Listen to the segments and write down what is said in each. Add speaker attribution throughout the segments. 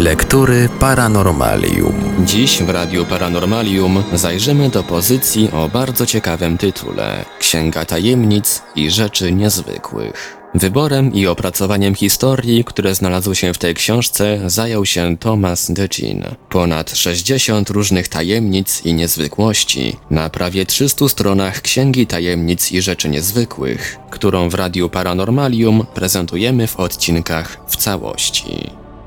Speaker 1: Lektury Paranormalium.
Speaker 2: Dziś w Radiu Paranormalium zajrzymy do pozycji o bardzo ciekawym tytule: Księga Tajemnic i Rzeczy Niezwykłych. Wyborem i opracowaniem historii, które znalazły się w tej książce, zajął się Thomas DeJean. Ponad 60 różnych tajemnic i niezwykłości na prawie 300 stronach Księgi Tajemnic i Rzeczy Niezwykłych, którą w Radiu Paranormalium prezentujemy w odcinkach w całości.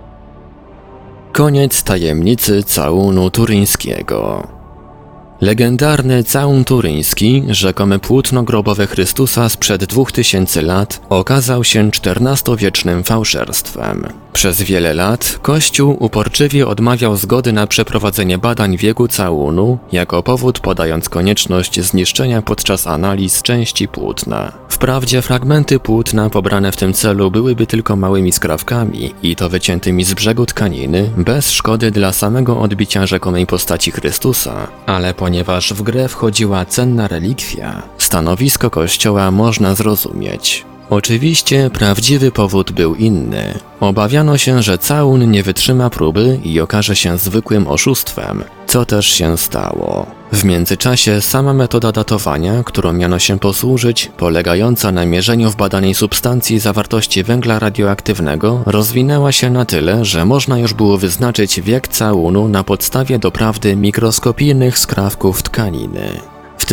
Speaker 2: Koniec tajemnicy całunu turyńskiego. Legendarny całun turyński, rzekome płótno grobowe Chrystusa sprzed 2000 lat, okazał się XIV-wiecznym fałszerstwem. Przez wiele lat Kościół uporczywie odmawiał zgody na przeprowadzenie badań wieku całunu, jako powód podając konieczność zniszczenia podczas analiz części płótna. Wprawdzie fragmenty płótna pobrane w tym celu byłyby tylko małymi skrawkami i to wyciętymi z brzegu tkaniny, bez szkody dla samego odbicia rzekomej postaci Chrystusa, ale ponieważ w grę wchodziła cenna relikwia, stanowisko Kościoła można zrozumieć. Oczywiście prawdziwy powód był inny. Obawiano się, że całun nie wytrzyma próby i okaże się zwykłym oszustwem, co też się stało. W międzyczasie sama metoda datowania, którą miano się posłużyć, polegająca na mierzeniu w badanej substancji zawartości węgla radioaktywnego, rozwinęła się na tyle, że można już było wyznaczyć wiek całunu na podstawie doprawdy mikroskopijnych skrawków tkaniny. W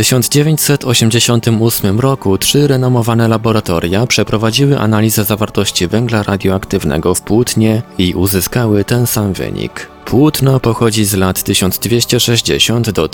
Speaker 2: 1988 roku 3 renomowane laboratoria przeprowadziły analizę zawartości węgla radioaktywnego w płótnie i uzyskały ten sam wynik. Płótno pochodzi z lat 1260 do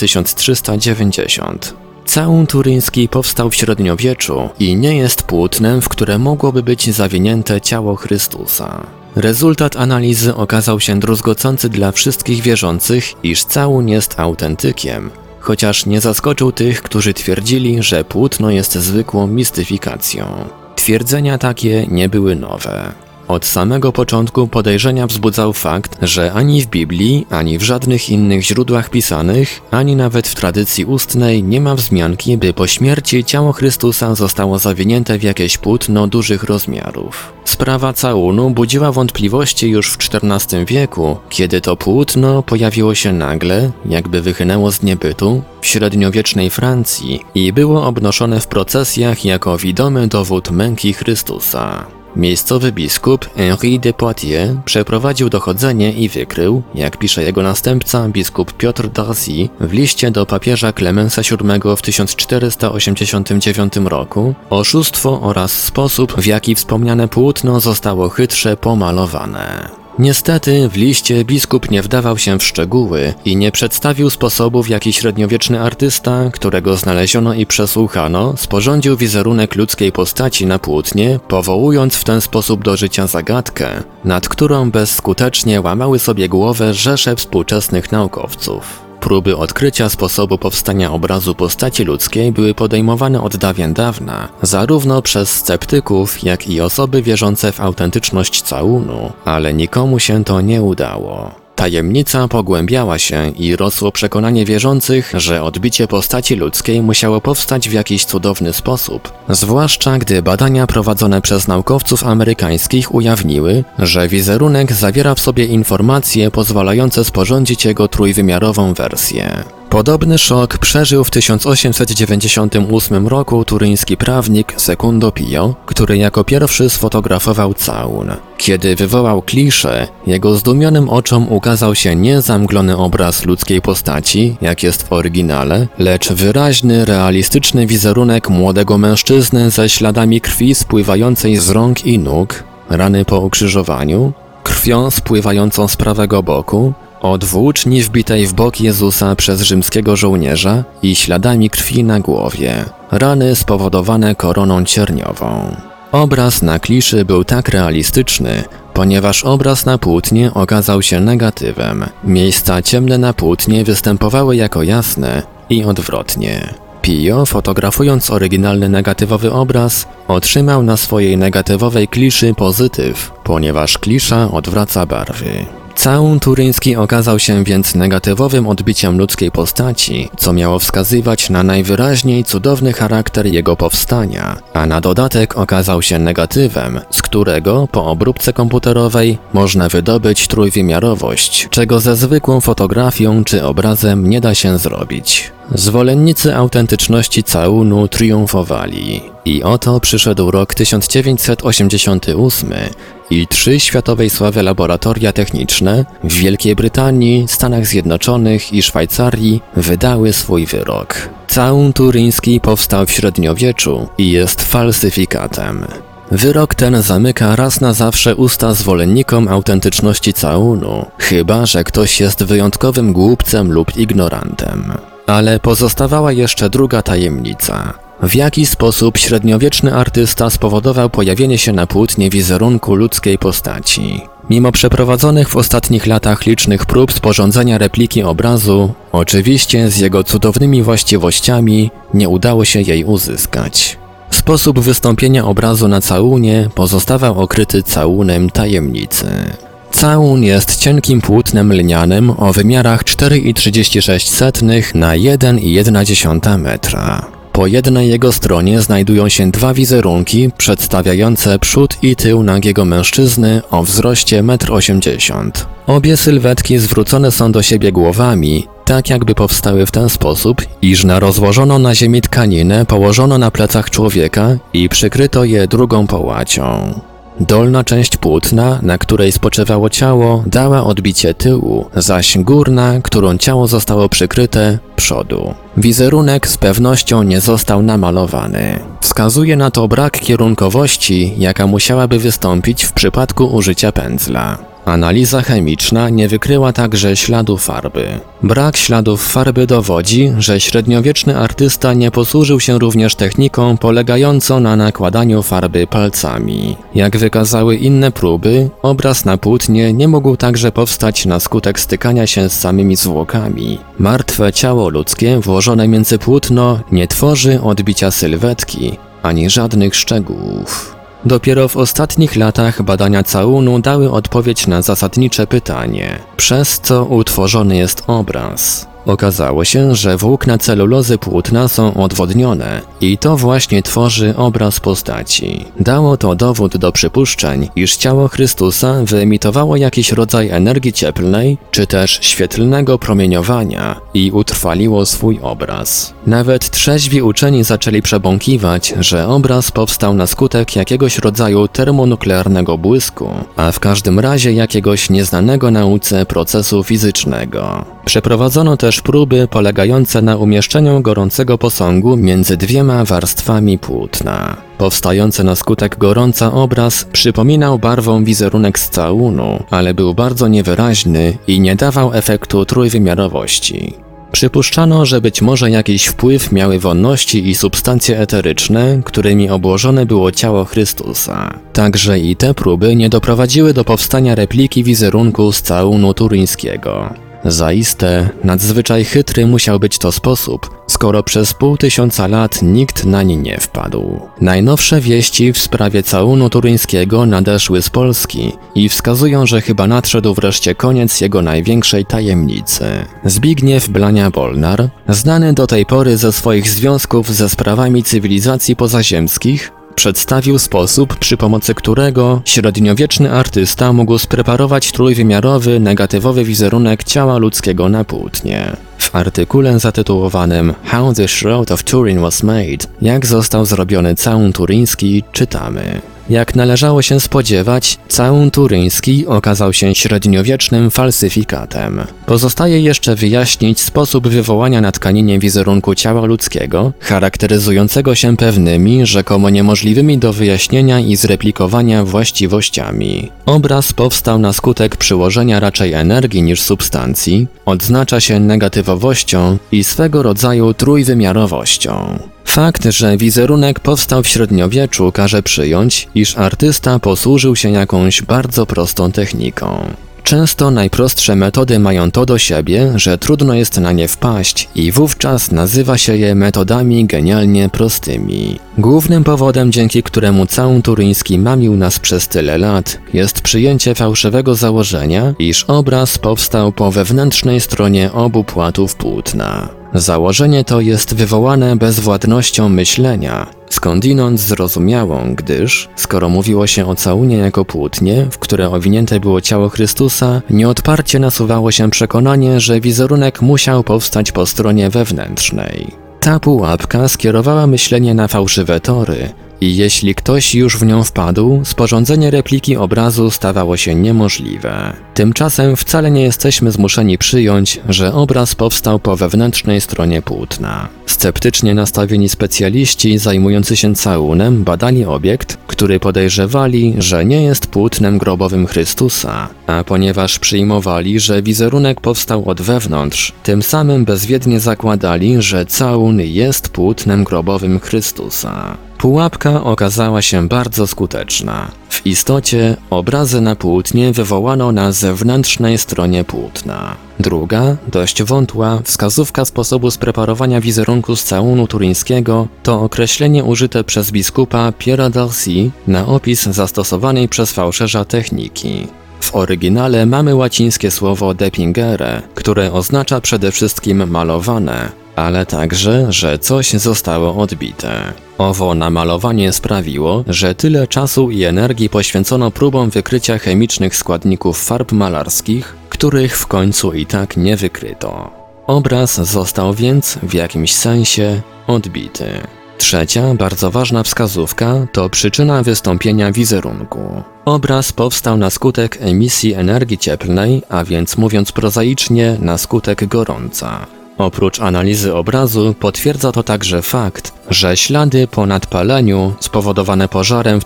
Speaker 2: 1390. Całun turyński powstał w średniowieczu i nie jest płótnem, w które mogłoby być zawinięte ciało Chrystusa. Rezultat analizy okazał się druzgocący dla wszystkich wierzących, iż całun jest autentykiem, chociaż nie zaskoczył tych, którzy twierdzili, że płótno jest zwykłą mistyfikacją. Twierdzenia takie nie były nowe. Od samego początku podejrzenia wzbudzał fakt, że ani w Biblii, ani w żadnych innych źródłach pisanych, ani nawet w tradycji ustnej nie ma wzmianki, by po śmierci ciało Chrystusa zostało zawinięte w jakieś płótno dużych rozmiarów. Sprawa całunu budziła wątpliwości już w XIV wieku, kiedy to płótno pojawiło się nagle, jakby wychynęło z niebytu, w średniowiecznej Francji i było obnoszone w procesjach jako widomy dowód męki Chrystusa. Miejscowy biskup Henri de Poitiers przeprowadził dochodzenie i wykrył, jak pisze jego następca biskup Piotr d'Arcy w liście do papieża Klemensa VII w 1489 roku, oszustwo oraz sposób, w jaki wspomniane płótno zostało chytrze pomalowane. Niestety w liście biskup nie wdawał się w szczegóły i nie przedstawił sposobu, w jaki średniowieczny artysta, którego znaleziono i przesłuchano, sporządził wizerunek ludzkiej postaci na płótnie, powołując w ten sposób do życia zagadkę, nad którą bezskutecznie łamały sobie głowę rzesze współczesnych naukowców. Próby odkrycia sposobu powstania obrazu postaci ludzkiej były podejmowane od dawien dawna, zarówno przez sceptyków, jak i osoby wierzące w autentyczność całunu, ale nikomu się to nie udało. Tajemnica pogłębiała się i rosło przekonanie wierzących, że odbicie postaci ludzkiej musiało powstać w jakiś cudowny sposób, zwłaszcza gdy badania prowadzone przez naukowców amerykańskich ujawniły, że wizerunek zawiera w sobie informacje pozwalające sporządzić jego trójwymiarową wersję. Podobny szok przeżył w 1898 roku turyński prawnik Secundo Pio, który jako pierwszy sfotografował całun. Kiedy wywołał kliszę, jego zdumionym oczom ukazał się nie zamglony obraz ludzkiej postaci, jak jest w oryginale, lecz wyraźny, realistyczny wizerunek młodego mężczyzny ze śladami krwi spływającej z rąk i nóg, rany po ukrzyżowaniu, krwią spływającą z prawego boku, od włóczni wbitej w bok Jezusa przez rzymskiego żołnierza i śladami krwi na głowie, rany spowodowane koroną cierniową. Obraz na kliszy był tak realistyczny, ponieważ obraz na płótnie okazał się negatywem. Miejsca ciemne na płótnie występowały jako jasne i odwrotnie. Pio, fotografując oryginalny negatywowy obraz, otrzymał na swojej negatywowej kliszy pozytyw, ponieważ klisza odwraca barwy. Całun turyński okazał się więc negatywowym odbiciem ludzkiej postaci, co miało wskazywać na najwyraźniej cudowny charakter jego powstania, a na dodatek okazał się negatywem, z którego po obróbce komputerowej można wydobyć trójwymiarowość, czego ze zwykłą fotografią czy obrazem nie da się zrobić. Zwolennicy autentyczności całunu triumfowali. I oto przyszedł rok 1988 i 3 światowej sławy laboratoria techniczne w Wielkiej Brytanii, Stanach Zjednoczonych i Szwajcarii wydały swój wyrok. Całun turyński powstał w średniowieczu i jest falsyfikatem. Wyrok ten zamyka raz na zawsze usta zwolennikom autentyczności całunu, chyba że ktoś jest wyjątkowym głupcem lub ignorantem. Ale pozostawała jeszcze druga tajemnica. W jaki sposób średniowieczny artysta spowodował pojawienie się na płótnie wizerunku ludzkiej postaci? Mimo przeprowadzonych w ostatnich latach licznych prób sporządzenia repliki obrazu, oczywiście z jego cudownymi właściwościami nie udało się jej uzyskać. Sposób wystąpienia obrazu na całunie pozostawał okryty całunem tajemnicy. Całun jest cienkim płótnem lnianym o wymiarach 4,36 na 1,1 metra. Po jednej jego stronie znajdują się 2 wizerunki przedstawiające przód i tył nagiego mężczyzny o wzroście 1,80 m. Obie sylwetki zwrócone są do siebie głowami, tak jakby powstały w ten sposób, iż na rozłożoną na ziemi tkaninę położono na plecach człowieka i przykryto je drugą połacią. Dolna część płótna, na której spoczywało ciało, dała odbicie tyłu, zaś górna, którą ciało zostało przykryte, przodu. Wizerunek z pewnością nie został namalowany. Wskazuje na to brak kierunkowości, jaka musiałaby wystąpić w przypadku użycia pędzla. Analiza chemiczna nie wykryła także śladu farby. Brak śladów farby dowodzi, że średniowieczny artysta nie posłużył się również techniką polegającą na nakładaniu farby palcami. Jak wykazały inne próby, obraz na płótnie nie mógł także powstać na skutek stykania się z samymi zwłokami. Martwe ciało ludzkie włożone między płótno nie tworzy odbicia sylwetki, ani żadnych szczegółów. Dopiero w ostatnich latach badania całunu dały odpowiedź na zasadnicze pytanie, przez co utworzony jest obraz. Okazało się, że włókna celulozy płótna są odwodnione i to właśnie tworzy obraz postaci. Dało to dowód do przypuszczeń, iż ciało Chrystusa wyemitowało jakiś rodzaj energii cieplnej, czy też świetlnego promieniowania i utrwaliło swój obraz. Nawet trzeźwi uczeni zaczęli przebąkiwać, że obraz powstał na skutek jakiegoś rodzaju termonuklearnego błysku, a w każdym razie jakiegoś nieznanego nauce procesu fizycznego. Przeprowadzono też próby polegające na umieszczeniu gorącego posągu między 2 warstwami płótna. Powstający na skutek gorąca obraz przypominał barwą wizerunek z całunu, ale był bardzo niewyraźny i nie dawał efektu trójwymiarowości. Przypuszczano, że być może jakiś wpływ miały wonności i substancje eteryczne, którymi obłożone było ciało Chrystusa. Także i te próby nie doprowadziły do powstania repliki wizerunku z całunu turyńskiego. Zaiste, nadzwyczaj chytry musiał być to sposób, skoro przez 500 lat nikt na nie nie wpadł. Najnowsze wieści w sprawie całunu turyńskiego nadeszły z Polski i wskazują, że chyba nadszedł wreszcie koniec jego największej tajemnicy. Zbigniew Blania-Bolnar, znany do tej pory ze swoich związków ze sprawami cywilizacji pozaziemskich, przedstawił sposób, przy pomocy którego średniowieczny artysta mógł spreparować trójwymiarowy, negatywowy wizerunek ciała ludzkiego na płótnie. W artykule zatytułowanym How the Shroud of Turin was made, jak został zrobiony całun turyński, czytamy. Jak należało się spodziewać, całun turyński okazał się średniowiecznym falsyfikatem. Pozostaje jeszcze wyjaśnić sposób wywołania na tkaninie wizerunku ciała ludzkiego, charakteryzującego się pewnymi, rzekomo niemożliwymi do wyjaśnienia i zreplikowania właściwościami. Obraz powstał na skutek przyłożenia raczej energii niż substancji, odznacza się negatywowością i swego rodzaju trójwymiarowością. Fakt, że wizerunek powstał w średniowieczu, każe przyjąć, iż artysta posłużył się jakąś bardzo prostą techniką. Często najprostsze metody mają to do siebie, że trudno jest na nie wpaść i wówczas nazywa się je metodami genialnie prostymi. Głównym powodem, dzięki któremu całun turyński mamił nas przez tyle lat, jest przyjęcie fałszywego założenia, iż obraz powstał po wewnętrznej stronie obu płatów płótna. Założenie to jest wywołane bezwładnością myślenia, skądinąd zrozumiałą, gdyż, skoro mówiło się o całunie jako płótnie, w które owinięte było ciało Chrystusa, nieodparcie nasuwało się przekonanie, że wizerunek musiał powstać po stronie wewnętrznej. Ta pułapka skierowała myślenie na fałszywe tory i jeśli ktoś już w nią wpadł, sporządzenie repliki obrazu stawało się niemożliwe. Tymczasem wcale nie jesteśmy zmuszeni przyjąć, że obraz powstał po wewnętrznej stronie płótna. Sceptycznie nastawieni specjaliści zajmujący się całunem badali obiekt, który podejrzewali, że nie jest płótnem grobowym Chrystusa, a ponieważ przyjmowali, że wizerunek powstał od wewnątrz, tym samym bezwiednie zakładali, że całun jest płótnem grobowym Chrystusa. Pułapka okazała się bardzo skuteczna. W istocie obrazy na płótnie wywołano na zewnętrznej stronie płótna. Druga, dość wątła, wskazówka sposobu spreparowania wizerunku z całunu turyńskiego to określenie użyte przez biskupa Pierre'a d'Arcy na opis zastosowanej przez fałszerza techniki. W oryginale mamy łacińskie słowo depingere, które oznacza przede wszystkim malowane, ale także, że coś zostało odbite. Owo namalowanie sprawiło, że tyle czasu i energii poświęcono próbom wykrycia chemicznych składników farb malarskich, których w końcu i tak nie wykryto. Obraz został więc w jakimś sensie odbity. Trzecia, bardzo ważna wskazówka to przyczyna wystąpienia wizerunku. Obraz powstał na skutek emisji energii cieplnej, a więc mówiąc prozaicznie, na skutek gorąca. Oprócz analizy obrazu potwierdza to także fakt, że ślady po nadpaleniu spowodowane pożarem w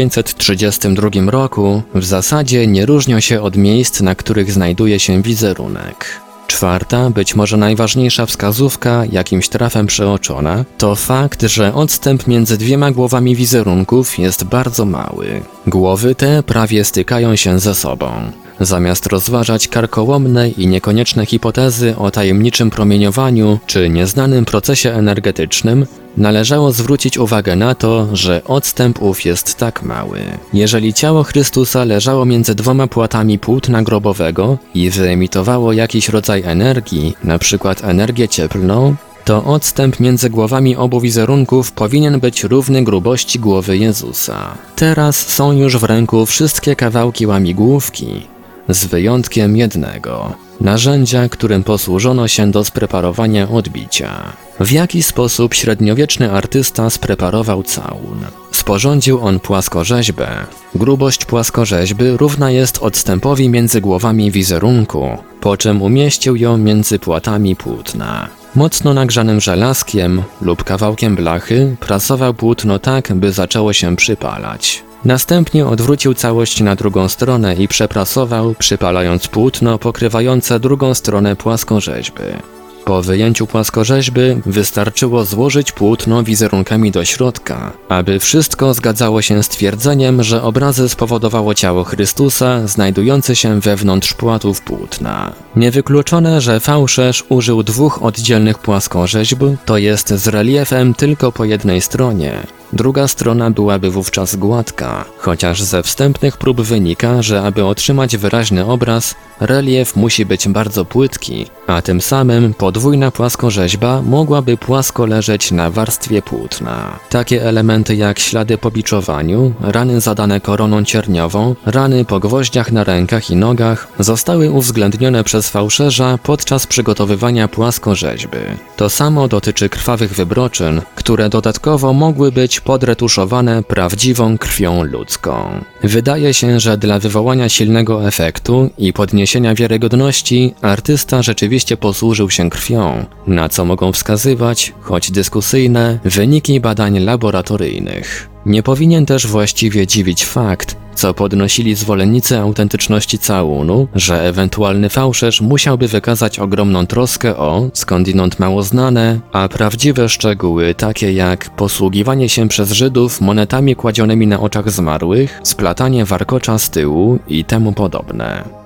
Speaker 2: 1532 roku w zasadzie nie różnią się od miejsc, na których znajduje się wizerunek. Czwarta, być może najważniejsza wskazówka, jakimś trafem przeoczona, to fakt, że odstęp między dwiema głowami wizerunków jest bardzo mały. Głowy te prawie stykają się ze sobą. Zamiast rozważać karkołomne i niekonieczne hipotezy o tajemniczym promieniowaniu czy nieznanym procesie energetycznym, należało zwrócić uwagę na to, że odstęp ów jest tak mały. Jeżeli ciało Chrystusa leżało między dwoma płatami płótna grobowego i wyemitowało jakiś rodzaj energii, np. energię cieplną, to odstęp między głowami obu wizerunków powinien być równy grubości głowy Jezusa. Teraz są już w ręku wszystkie kawałki łamigłówki, z wyjątkiem jednego, narzędzia, którym posłużono się do spreparowania odbicia. W jaki sposób średniowieczny artysta spreparował całun? Sporządził on płaskorzeźbę. Grubość płaskorzeźby równa jest odstępowi między głowami wizerunku, po czym umieścił ją między płatami płótna. Mocno nagrzanym żelazkiem lub kawałkiem blachy prasował płótno tak, by zaczęło się przypalać. Następnie odwrócił całość na drugą stronę i przeprasował, przypalając płótno pokrywające drugą stronę płaskorzeźby. Po wyjęciu płaskorzeźby wystarczyło złożyć płótno wizerunkami do środka, aby wszystko zgadzało się z twierdzeniem, że obrazy spowodowało ciało Chrystusa znajdujące się wewnątrz płatów płótna. Niewykluczone, że fałszerz użył dwóch oddzielnych płaskorzeźb, to jest z reliefem tylko po jednej stronie. Druga strona byłaby wówczas gładka, chociaż ze wstępnych prób wynika, że aby otrzymać wyraźny obraz, relief musi być bardzo płytki, a tym samym podwójna płaskorzeźba mogłaby płasko leżeć na warstwie płótna. Takie elementy jak ślady po biczowaniu, rany zadane koroną cierniową, rany po gwoździach na rękach i nogach zostały uwzględnione przez fałszerza podczas przygotowywania płaskorzeźby. To samo dotyczy krwawych wybroczyn, które dodatkowo mogły być podretuszowane prawdziwą krwią ludzką. Wydaje się, że dla wywołania silnego efektu i podniesienia wiarygodności artysta rzeczywiście posłużył się krwią, na co mogą wskazywać, choć dyskusyjne, wyniki badań laboratoryjnych. Nie powinien też właściwie dziwić fakt, co podnosili zwolennicy autentyczności całunu, że ewentualny fałszerz musiałby wykazać ogromną troskę o, skądinąd mało znane, a prawdziwe szczegóły takie jak posługiwanie się przez Żydów monetami kładzionymi na oczach zmarłych, splatanie warkocza z tyłu i temu podobne.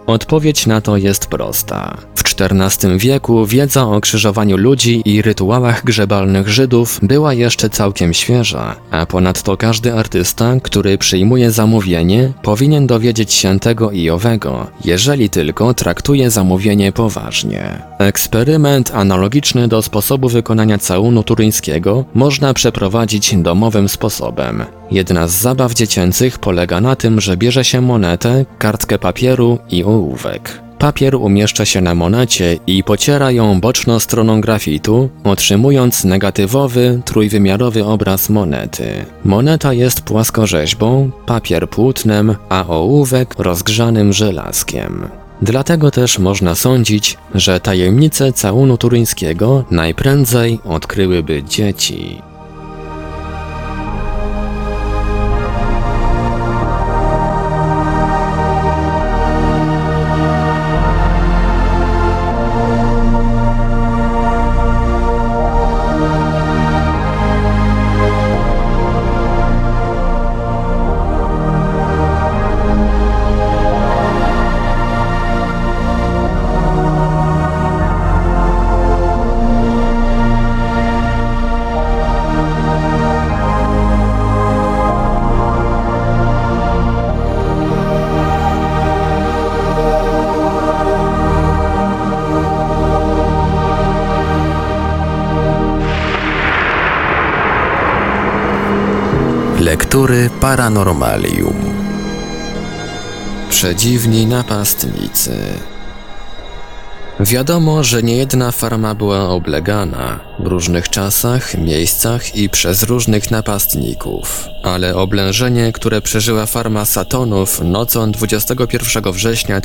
Speaker 2: Odpowiedź na to jest prosta. W XIV wieku wiedza o krzyżowaniu ludzi i rytuałach grzebalnych Żydów była jeszcze całkiem świeża, a ponadto każdy artysta, który przyjmuje zamówienie, powinien dowiedzieć się tego i owego, jeżeli tylko traktuje zamówienie poważnie. Eksperyment analogiczny do sposobu wykonania całunu turyńskiego można przeprowadzić domowym sposobem. Jedna z zabaw dziecięcych polega na tym, że bierze się monetę, kartkę papieru i ołówek. Papier umieszcza się na monecie i pociera ją boczną stroną grafitu, otrzymując negatywowy, trójwymiarowy obraz monety. Moneta jest płaskorzeźbą, papier płótnem, a ołówek rozgrzanym żelazkiem. Dlatego też można sądzić, że tajemnicę całunu turyńskiego najprędzej odkryłyby dzieci.
Speaker 1: Lektury Paranormalium.
Speaker 2: Przedziwni napastnicy. Wiadomo, że niejedna farma była oblegana w różnych czasach, miejscach i przez różnych napastników. Ale oblężenie, które przeżyła farma Satonów nocą 21 września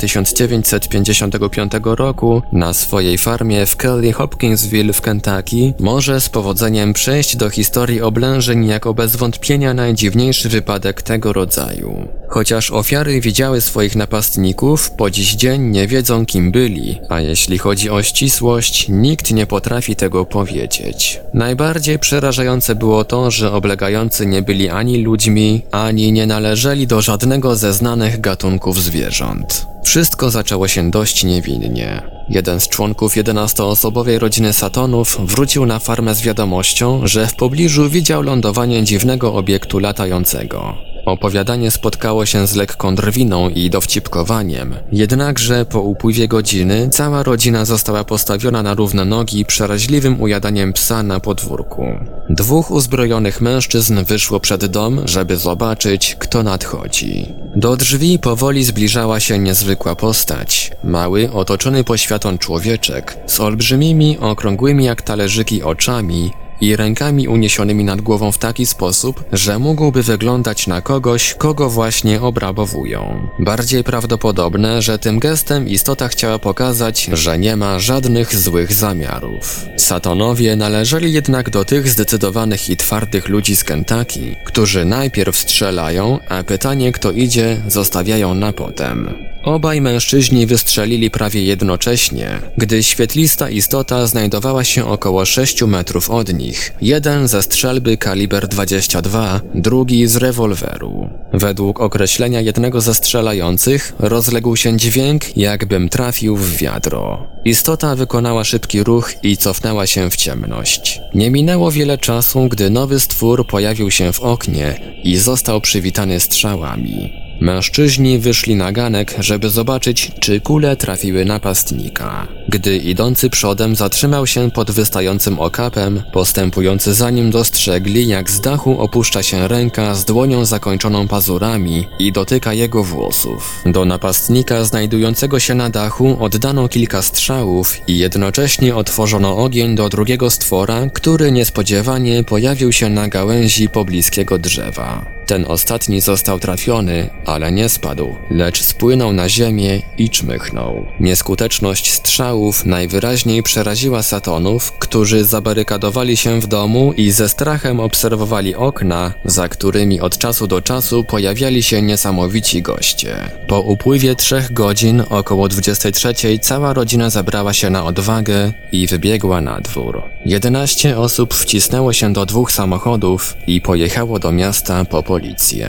Speaker 2: 1955 roku na swojej farmie w Kelly Hopkinsville w Kentucky, może z powodzeniem przejść do historii oblężeń jako bez wątpienia najdziwniejszy wypadek tego rodzaju. Chociaż ofiary widziały swoich napastników, po dziś dzień nie wiedzą, kim byli, a jeśli chodzi o ścisłość, nikt nie potrafi tego powiedzieć. Najbardziej przerażające było to, że oblegający nie byli ani ludźmi, ani nie należeli do żadnego ze znanych gatunków zwierząt. Wszystko zaczęło się dość niewinnie. Jeden z członków 11-osobowej rodziny Satonów wrócił na farmę z wiadomością, że w pobliżu widział lądowanie dziwnego obiektu latającego. Opowiadanie spotkało się z lekką drwiną i dowcipkowaniem, jednakże po upływie godziny cała rodzina została postawiona na równe nogi przeraźliwym ujadaniem psa na podwórku. Dwóch uzbrojonych mężczyzn wyszło przed dom, żeby zobaczyć, kto nadchodzi. Do drzwi powoli zbliżała się niezwykła postać. Mały, otoczony poświatą człowieczek z olbrzymimi, okrągłymi jak talerzyki oczami i rękami uniesionymi nad głową w taki sposób, że mógłby wyglądać na kogoś, kogo właśnie obrabowują. Bardziej prawdopodobne, że tym gestem istota chciała pokazać, że nie ma żadnych złych zamiarów. Satonowie należeli jednak do tych zdecydowanych i twardych ludzi z Kentucky, którzy najpierw strzelają, a pytanie, kto idzie, zostawiają na potem. Obaj mężczyźni wystrzelili prawie jednocześnie, gdy świetlista istota znajdowała się około 6 metrów od nich. Jeden ze strzelby kaliber 22, drugi z rewolweru. Według określenia jednego ze strzelających rozległ się dźwięk, jakbym trafił w wiadro. Istota wykonała szybki ruch i cofnęła się w ciemność. Nie minęło wiele czasu, gdy nowy stwór pojawił się w oknie i został przywitany strzałami. Mężczyźni wyszli na ganek, żeby zobaczyć, czy kule trafiły napastnika. Gdy idący przodem zatrzymał się pod wystającym okapem, postępujący za nim dostrzegli, jak z dachu opuszcza się ręka z dłonią zakończoną pazurami i dotyka jego włosów. Do napastnika znajdującego się na dachu oddano kilka strzałów i jednocześnie otworzono ogień do drugiego stwora, który niespodziewanie pojawił się na gałęzi pobliskiego drzewa. Ten ostatni został trafiony, ale nie spadł, lecz spłynął na ziemię i czmychnął. Nieskuteczność strzałów najwyraźniej przeraziła Satonów, którzy zabarykadowali się w domu i ze strachem obserwowali okna, za którymi od czasu do czasu pojawiali się niesamowici goście. Po upływie 3 godzin, około 23:00, cała rodzina zabrała się na odwagę i wybiegła na dwór. 11 osób wcisnęło się do 2 samochodów i pojechało do miasta po policję.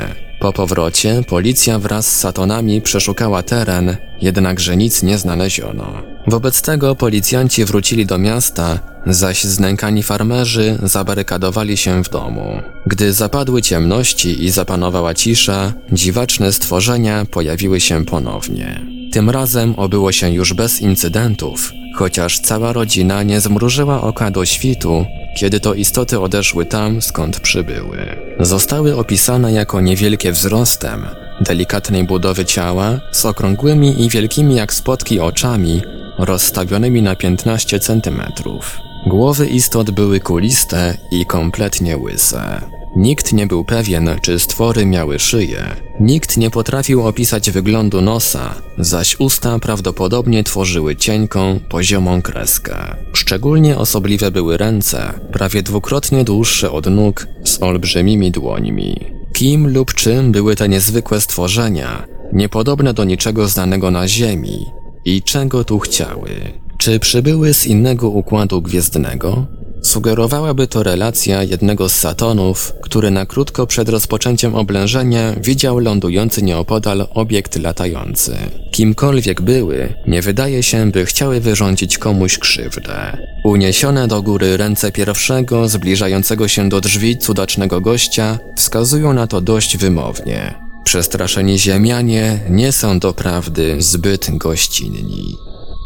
Speaker 2: Po powrocie policja wraz z Satonami przeszukała teren, jednakże nic nie znaleziono. Wobec tego policjanci wrócili do miasta, zaś znękani farmerzy zabarykadowali się w domu. Gdy zapadły ciemności i zapanowała cisza, dziwaczne stworzenia pojawiły się ponownie. Tym razem obyło się już bez incydentów, chociaż cała rodzina nie zmrużyła oka do świtu, kiedy to istoty odeszły tam, skąd przybyły. Zostały opisane jako niewielkie wzrostem, delikatnej budowy ciała, z okrągłymi i wielkimi jak spotki oczami, rozstawionymi na 15 cm. Głowy istot były kuliste i kompletnie łyse. Nikt nie był pewien, czy stwory miały szyję. Nikt nie potrafił opisać wyglądu nosa, zaś usta prawdopodobnie tworzyły cienką, poziomą kreskę. Szczególnie osobliwe były ręce, prawie dwukrotnie dłuższe od nóg, z olbrzymimi dłońmi. Kim lub czym były te niezwykłe stworzenia, niepodobne do niczego znanego na Ziemi? I czego tu chciały? Czy przybyły z innego układu gwiezdnego? Sugerowałaby to relacja jednego z Satonów, który na krótko przed rozpoczęciem oblężenia widział lądujący nieopodal obiekt latający. Kimkolwiek były, nie wydaje się, by chciały wyrządzić komuś krzywdę. Uniesione do góry ręce pierwszego, zbliżającego się do drzwi cudacznego gościa, wskazują na to dość wymownie. Przestraszeni ziemianie nie są doprawdy zbyt gościnni.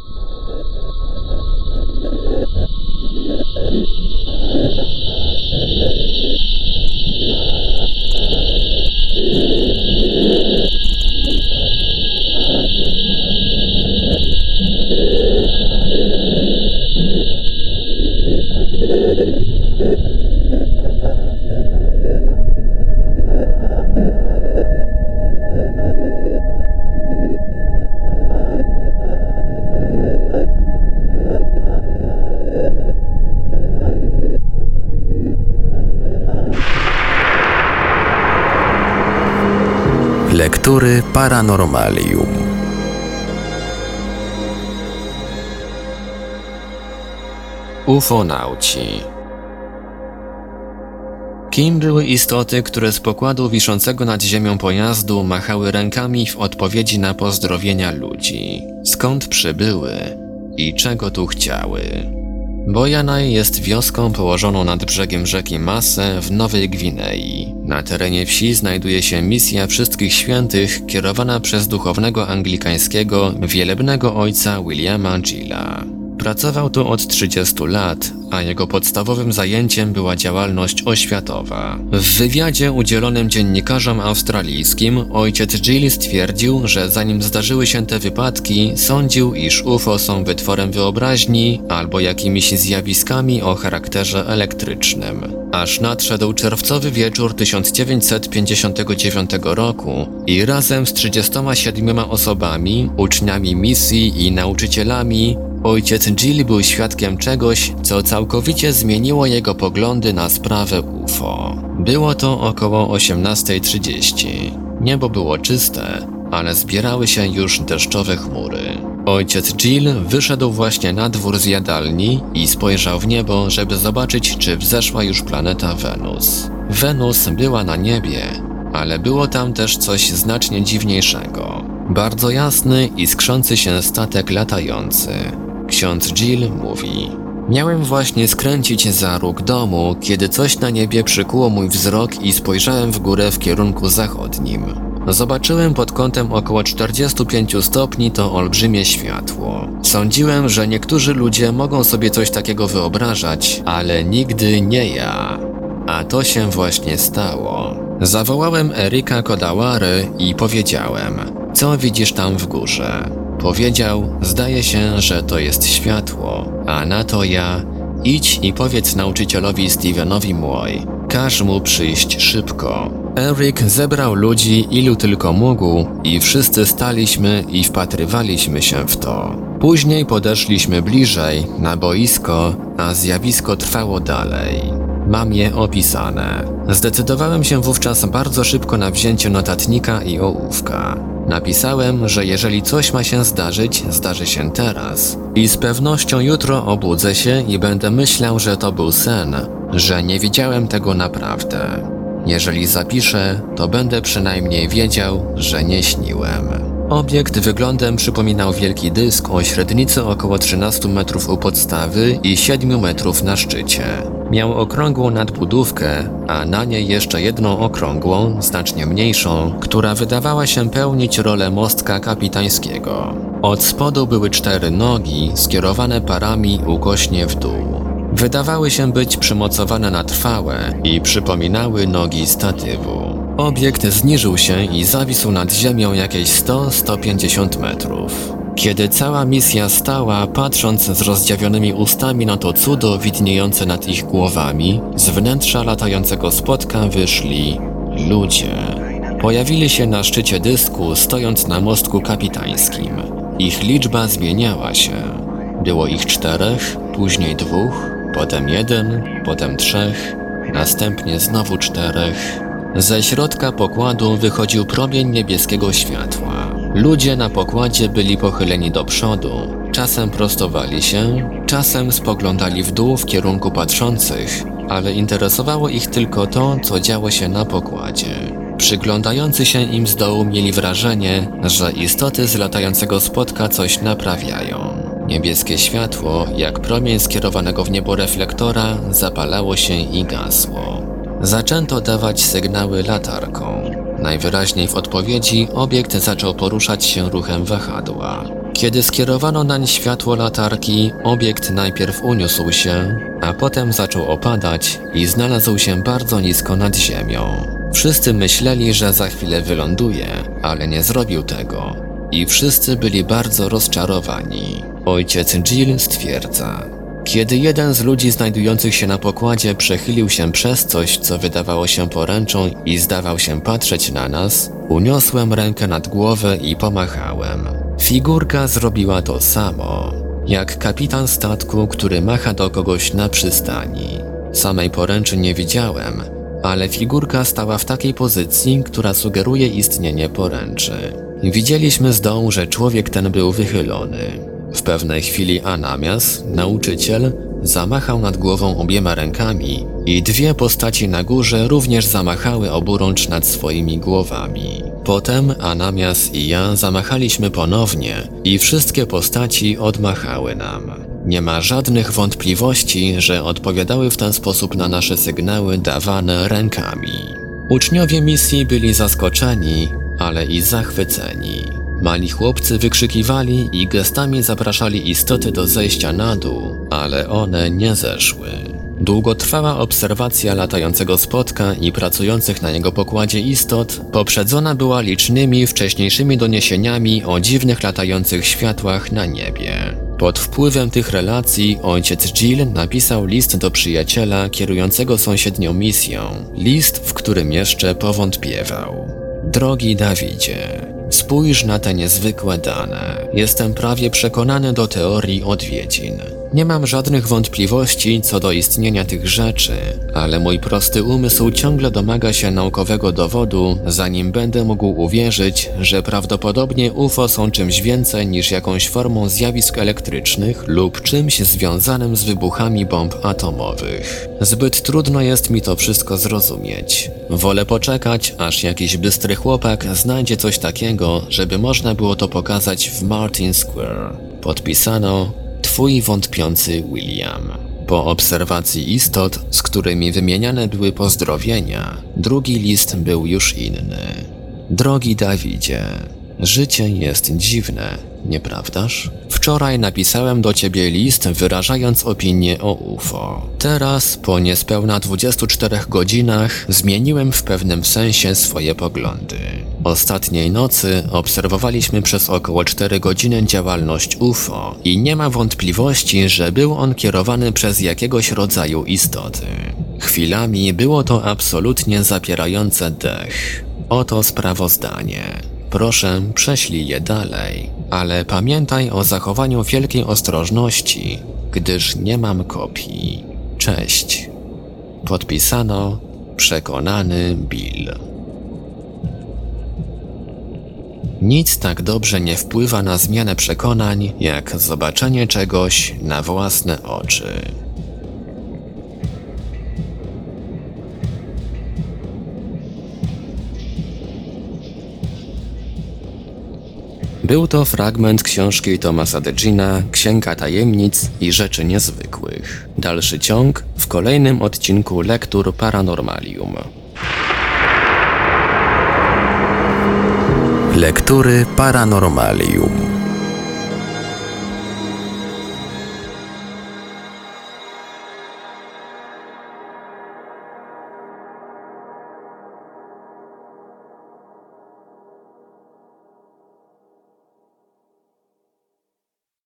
Speaker 1: Lektury Paranormalium.
Speaker 2: Ufonauci. Kim były istoty, które z pokładu wiszącego nad ziemią pojazdu machały rękami w odpowiedzi na pozdrowienia ludzi? Skąd przybyły? I czego tu chciały? Bojanaj jest wioską położoną nad brzegiem rzeki Masse w Nowej Gwinei. Na terenie wsi znajduje się misja Wszystkich Świętych kierowana przez duchownego anglikańskiego wielebnego ojca Williama Gilla. Pracował tu od 30 lat, a jego podstawowym zajęciem była działalność oświatowa. W wywiadzie udzielonym dziennikarzom australijskim ojciec Gill stwierdził, że zanim zdarzyły się te wypadki, sądził, iż UFO są wytworem wyobraźni albo jakimiś zjawiskami o charakterze elektrycznym. Aż nadszedł czerwcowy wieczór 1959 roku i razem z 37 osobami, uczniami misji i nauczycielami, ojciec Gill był świadkiem czegoś, co całkowicie zmieniło jego poglądy na sprawę UFO. Było to około 18:30. Niebo było czyste, ale zbierały się już deszczowe chmury. Ojciec Gill wyszedł właśnie na dwór z jadalni i spojrzał w niebo, żeby zobaczyć, czy wzeszła już planeta Wenus. Wenus była na niebie, ale było tam też coś znacznie dziwniejszego. Bardzo jasny i skrzący się statek latający. Ksiądz Gill mówi: miałem właśnie skręcić za róg domu, kiedy coś na niebie przykuło mój wzrok i spojrzałem w górę w kierunku zachodnim. Zobaczyłem pod kątem około 45 stopni to olbrzymie światło. Sądziłem, że niektórzy ludzie mogą sobie coś takiego wyobrażać, ale nigdy nie ja. A to się właśnie stało. Zawołałem Erika Kodawary i powiedziałem: co widzisz tam w górze? Powiedział: zdaje się, że to jest światło. A na to ja: idź i powiedz nauczycielowi Stevenowi Moy, każ mu przyjść szybko. Erik zebrał ludzi ilu tylko mógł i wszyscy staliśmy i wpatrywaliśmy się w to. Później podeszliśmy bliżej, na boisko, a zjawisko trwało dalej. Mam je opisane. Zdecydowałem się wówczas bardzo szybko na wzięcie notatnika i ołówka. Napisałem, że jeżeli coś ma się zdarzyć, zdarzy się teraz. I z pewnością jutro obudzę się i będę myślał, że to był sen, że nie widziałem tego naprawdę. Jeżeli zapiszę, to będę przynajmniej wiedział, że nie śniłem. Obiekt wyglądem przypominał wielki dysk o średnicy około 13 metrów u podstawy i 7 metrów na szczycie. Miał okrągłą nadbudówkę, a na niej jeszcze jedną okrągłą, znacznie mniejszą, która wydawała się pełnić rolę mostka kapitańskiego. Od spodu były 4 nogi skierowane parami ukośnie w dół. Wydawały się być przymocowane na trwałe i przypominały nogi statywu. Obiekt zniżył się i zawisł nad ziemią jakieś 100–150 metrów. Kiedy cała misja stała, patrząc z rozdziawionymi ustami na to cudo widniejące nad ich głowami, z wnętrza latającego spotka wyszli ludzie. Pojawili się na szczycie dysku, stojąc na mostku kapitańskim. Ich liczba zmieniała się. Było ich 4, później 2, potem 1, potem 3, następnie znowu 4. Ze środka pokładu wychodził promień niebieskiego światła. Ludzie na pokładzie byli pochyleni do przodu, czasem prostowali się, czasem spoglądali w dół w kierunku patrzących, ale interesowało ich tylko to, co działo się na pokładzie. Przyglądający się im z dołu mieli wrażenie, że istoty z latającego spotka coś naprawiają. Niebieskie światło, jak promień skierowanego w niebo reflektora, zapalało się i gasło. Zaczęto dawać sygnały latarką. Najwyraźniej w odpowiedzi obiekt zaczął poruszać się ruchem wahadła. Kiedy skierowano nań światło latarki, obiekt najpierw uniósł się, a potem zaczął opadać i znalazł się bardzo nisko nad ziemią. Wszyscy myśleli, że za chwilę wyląduje, ale nie zrobił tego. I wszyscy byli bardzo rozczarowani. Ojciec Jill stwierdza: kiedy jeden z ludzi znajdujących się na pokładzie przechylił się przez coś, co wydawało się poręczą i zdawał się patrzeć na nas, uniosłem rękę nad głowę i pomachałem. Figurka zrobiła to samo, jak kapitan statku, który macha do kogoś na przystani. Samej poręczy nie widziałem, ale figurka stała w takiej pozycji, która sugeruje istnienie poręczy. Widzieliśmy z dołu, że człowiek ten był wychylony. W pewnej chwili Anamias, nauczyciel, zamachał nad głową obiema rękami i 2 postaci na górze również zamachały oburącz nad swoimi głowami. Potem Anamias i ja zamachaliśmy ponownie i wszystkie postaci odmachały nam. Nie ma żadnych wątpliwości, że odpowiadały w ten sposób na nasze sygnały dawane rękami. Uczniowie misji byli zaskoczeni, ale i zachwyceni. Mali chłopcy wykrzykiwali i gestami zapraszali istoty do zejścia na dół, ale one nie zeszły. Długotrwała obserwacja latającego spotka i pracujących na jego pokładzie istot poprzedzona była licznymi wcześniejszymi doniesieniami o dziwnych latających światłach na niebie. Pod wpływem tych relacji ojciec Jill napisał list do przyjaciela kierującego sąsiednią misją, list, w którym jeszcze powątpiewał. Drogi Dawidzie, spójrz na te niezwykłe dane. Jestem prawie przekonany do teorii odwiedzin. Nie mam żadnych wątpliwości co do istnienia tych rzeczy, ale mój prosty umysł ciągle domaga się naukowego dowodu, zanim będę mógł uwierzyć, że prawdopodobnie UFO są czymś więcej niż jakąś formą zjawisk elektrycznych lub czymś związanym z wybuchami bomb atomowych. Zbyt trudno jest mi to wszystko zrozumieć. Wolę poczekać, aż jakiś bystry chłopak znajdzie coś takiego, żeby można było to pokazać w Martin Square. Podpisano Twój wątpiący William. Po obserwacji istot, z którymi wymieniane były pozdrowienia, drugi list był już inny. Drogi Dawidzie, życie jest dziwne, nieprawdaż? Wczoraj napisałem do ciebie list wyrażając opinię o UFO. Teraz, po niespełna 24 godzinach, zmieniłem w pewnym sensie swoje poglądy. Ostatniej nocy obserwowaliśmy przez około 4 godziny działalność UFO i nie ma wątpliwości, że był on kierowany przez jakiegoś rodzaju istoty. Chwilami było to absolutnie zapierające dech. Oto sprawozdanie. Proszę, prześlij je dalej, ale pamiętaj o zachowaniu wielkiej ostrożności, gdyż nie mam kopii. Cześć. Podpisano Przekonany Bill. Nic tak dobrze nie wpływa na zmianę przekonań, jak zobaczenie czegoś na własne oczy. Był to fragment książki Thomasa Degina Księga Tajemnic i Rzeczy Niezwykłych. Dalszy ciąg w kolejnym odcinku Lektur Paranormalium.
Speaker 1: Lektury Paranormalium.